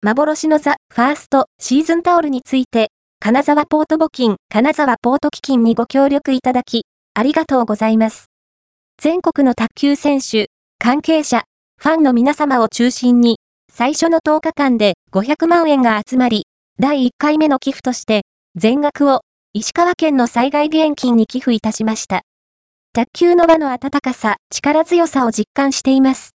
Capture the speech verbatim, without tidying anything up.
幻のザ・ファーストシーズンタオルについて、金沢ポート募金、金沢ポート基金にご協力いただき、ありがとうございます。全国の卓球選手、関係者、ファンの皆様を中心に、最初のとおかかんでごひゃくまんえんが集まり、だいいっかいめの寄付として、全額を石川県の災害義援金に寄付いたしました。卓球の輪の温かさ、力強さを実感しています。